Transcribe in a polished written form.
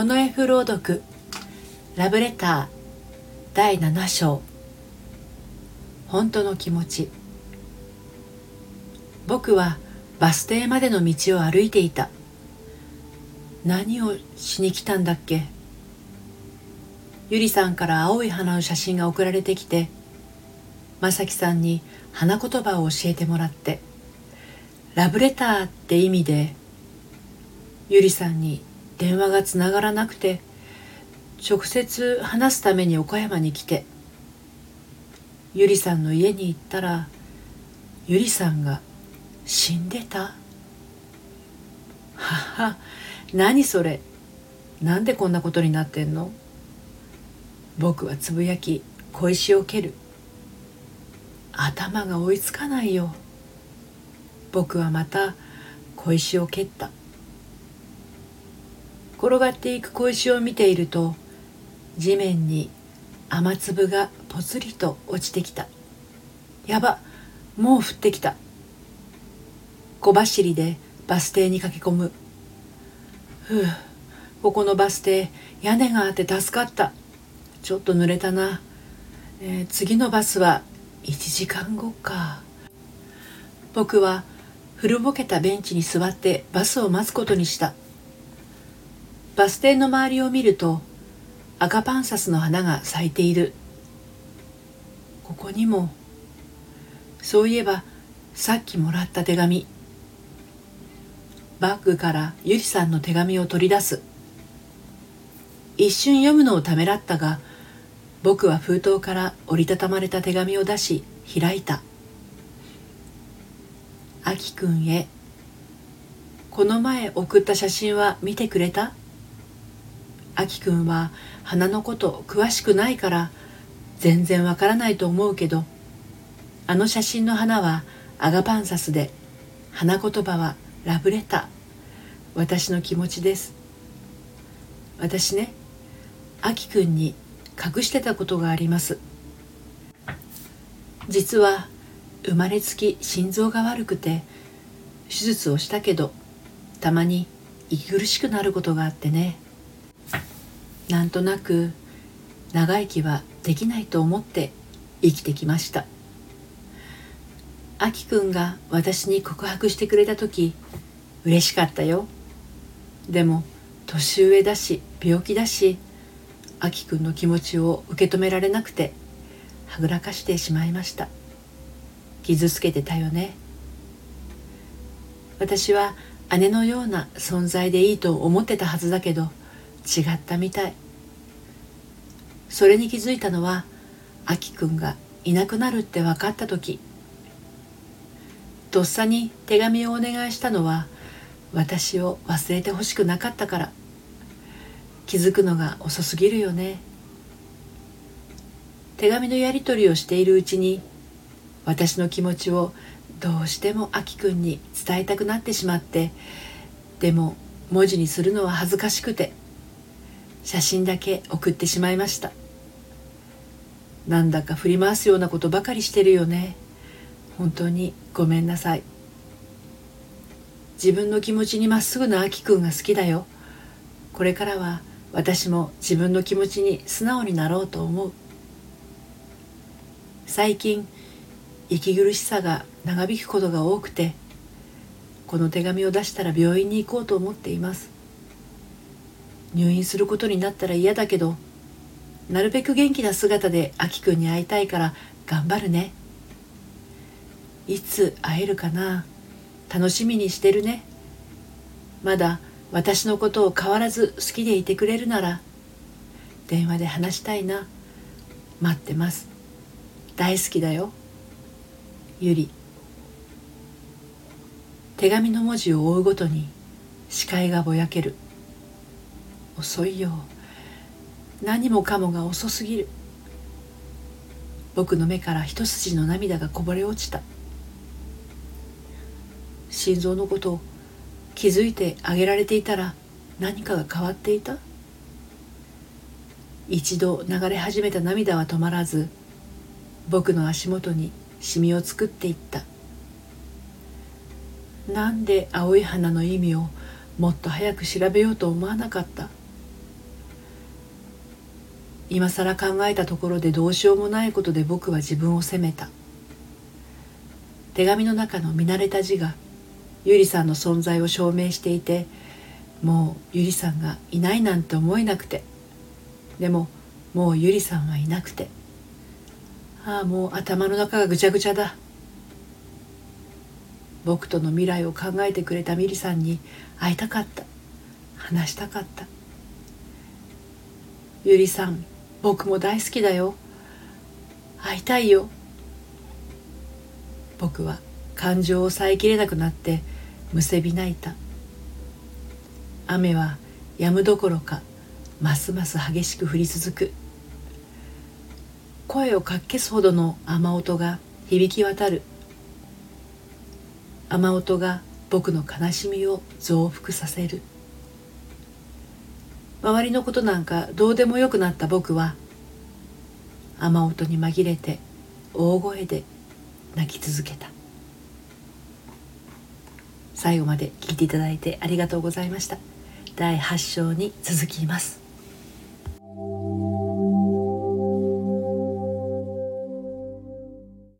大野 F 朗読ラブレター第7章本当の気持ち。僕はバス停までの道を歩いていた。何をしに来たんだっけ。ゆりさんから青い花の写真が送られてきて、まさきさんに花言葉を教えてもらって、ラブレターって意味で、ゆりさんに電話がつながらなくて、直接話すために岡山に来て、ゆりさんの家に行ったら、ゆりさんが死んでた。はは、何それ。なんでこんなことになってんの。僕はつぶやき小石を蹴る。頭が追いつかないよ。僕はまた小石を蹴った。転がっていく小石を見ていると、地面に雨粒がぽつりと落ちてきた。やば、もう降ってきた。小走りでバス停に駆け込む。ここのバス停屋根があって助かった。ちょっと濡れたな。次のバスは1時間後か。僕は古ぼけたベンチに座ってバスを待つことにした。バス停の周りを見ると赤パンサスの花が咲いている。ここにも。そういえばさっきもらった手紙。バッグからゆりさんの手紙を取り出す。一瞬読むのをためらったが、僕は封筒から折りたたまれた手紙を出し開いた。あきくんへ。この前送った写真は見てくれた？あきくんは花のこと詳しくないから全然わからないと思うけど、あの写真の花はアガパンサスで、花言葉はラブレター。私の気持ちです。私ね、あきくんに隠してたことがあります。実は生まれつき心臓が悪くて手術をしたけど、たまに息苦しくなることがあってね。なんとなく長生きはできないと思って生きてきました。あきくんが私に告白してくれた時、嬉しかったよ。でも年上だし病気だし、あきくんの気持ちを受け止められなくてはぐらかしてしまいました。傷つけてたよね。私は姉のような存在でいいと思ってたはずだけど、違ったみたい。それに気づいたのは、あきくんがいなくなるって分かった時。とっさに手紙をお願いしたのは、私を忘れてほしくなかったから。気づくのが遅すぎるよね。手紙のやり取りをしているうちに、私の気持ちをどうしてもあきくんに伝えたくなってしまって、でも文字にするのは恥ずかしくて、写真だけ送ってしまいました。なんだか振り回すようなことばかりしてるよね。本当にごめんなさい。自分の気持ちにまっすぐなあきくんが好きだよ。これからは私も自分の気持ちに素直になろうと思う。最近息苦しさが長引くことが多くて、この手紙を出したら病院に行こうと思っています。入院することになったら嫌だけど、なるべく元気な姿であきくんに会いたいから頑張るね。いつ会えるかな。楽しみにしてるね。まだ私のことを変わらず好きでいてくれるなら、電話で話したいな。待ってます。大好きだよ。ゆり。手紙の文字を追うごとに視界がぼやける。遅いよ。何もかもが遅すぎる。僕の目から一筋の涙がこぼれ落ちた。心臓のことを気づいてあげられていたら何かが変わっていた。一度流れ始めた涙は止まらず、僕の足元にシミを作っていった。なんで青い花の意味をもっと早く調べようと思わなかった。 今更考えたところでどうしようもないことで僕は自分を責めた。手紙の中の見慣れた字がゆりさんの存在を証明していて、もうゆりさんがいないなんて思えなくて、でももうゆりさんはいなくて、もう頭の中がぐちゃぐちゃだ。僕との未来を考えてくれたミリさんに会いたかった。話したかった。ゆりさん、僕も大好きだよ。会いたいよ。僕は感情を抑えきれなくなってむせび泣いた。雨は止むどころかますます激しく降り続く。声をかき消すほどの雨音が響き渡る。雨音が僕の悲しみを増幅させる。周りのことなんかどうでもよくなった僕は雨音に紛れて大声で泣き続けた。最後まで聞いていただいてありがとうございました。第8章に続きます。